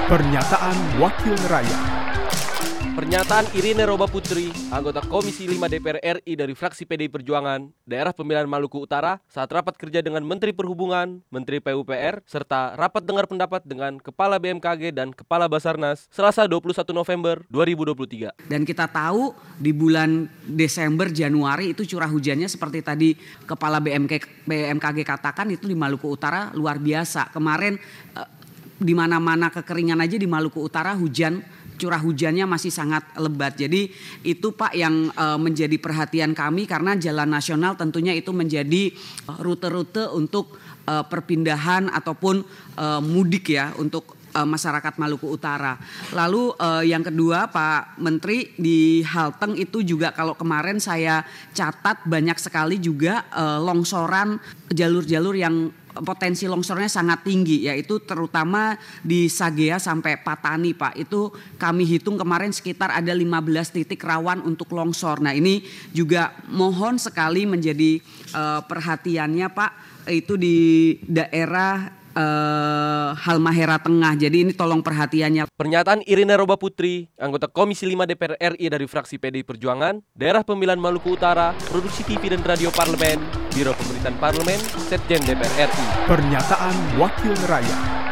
Pernyataan Wakil Rakyat. Pernyataan Irine Roba Putri, anggota Komisi 5 DPR RI dari fraksi PDI Perjuangan, Daerah Pemilihan Maluku Utara, saat rapat kerja dengan Menteri Perhubungan, Menteri PUPR, serta rapat dengar pendapat dengan Kepala BMKG dan Kepala Basarnas, Selasa 21 November 2023. Dan kita tahu di bulan Desember, Januari itu curah hujannya seperti tadi Kepala BMKG katakan itu di Maluku Utara luar biasa. Kemarin di mana-mana kekeringan aja di Maluku Utara curah hujannya masih sangat lebat. Jadi itu Pak yang menjadi perhatian kami karena jalan nasional tentunya itu menjadi rute-rute untuk perpindahan ataupun mudik ya untuk masyarakat Maluku Utara. Lalu yang kedua Pak Menteri di Halteng itu juga kalau kemarin saya catat banyak sekali juga longsoran jalur-jalur yang potensi longsornya sangat tinggi, yaitu terutama di Sagea sampai Patani Pak. Itu kami hitung kemarin sekitar ada 15 titik rawan untuk longsor. Nah ini juga mohon sekali menjadi perhatiannya Pak, itu di daerah Halmahera Tengah. Jadi ini tolong perhatiannya. Pernyataan Irine Roba Putri, anggota Komisi 5 DPR RI dari fraksi PDI Perjuangan, Daerah Pemilihan Maluku Utara, Produksi TV dan Radio Parlemen, Biro Pemerintahan Parlemen, Setjen DPR RI. Pernyataan Wakil Rakyat.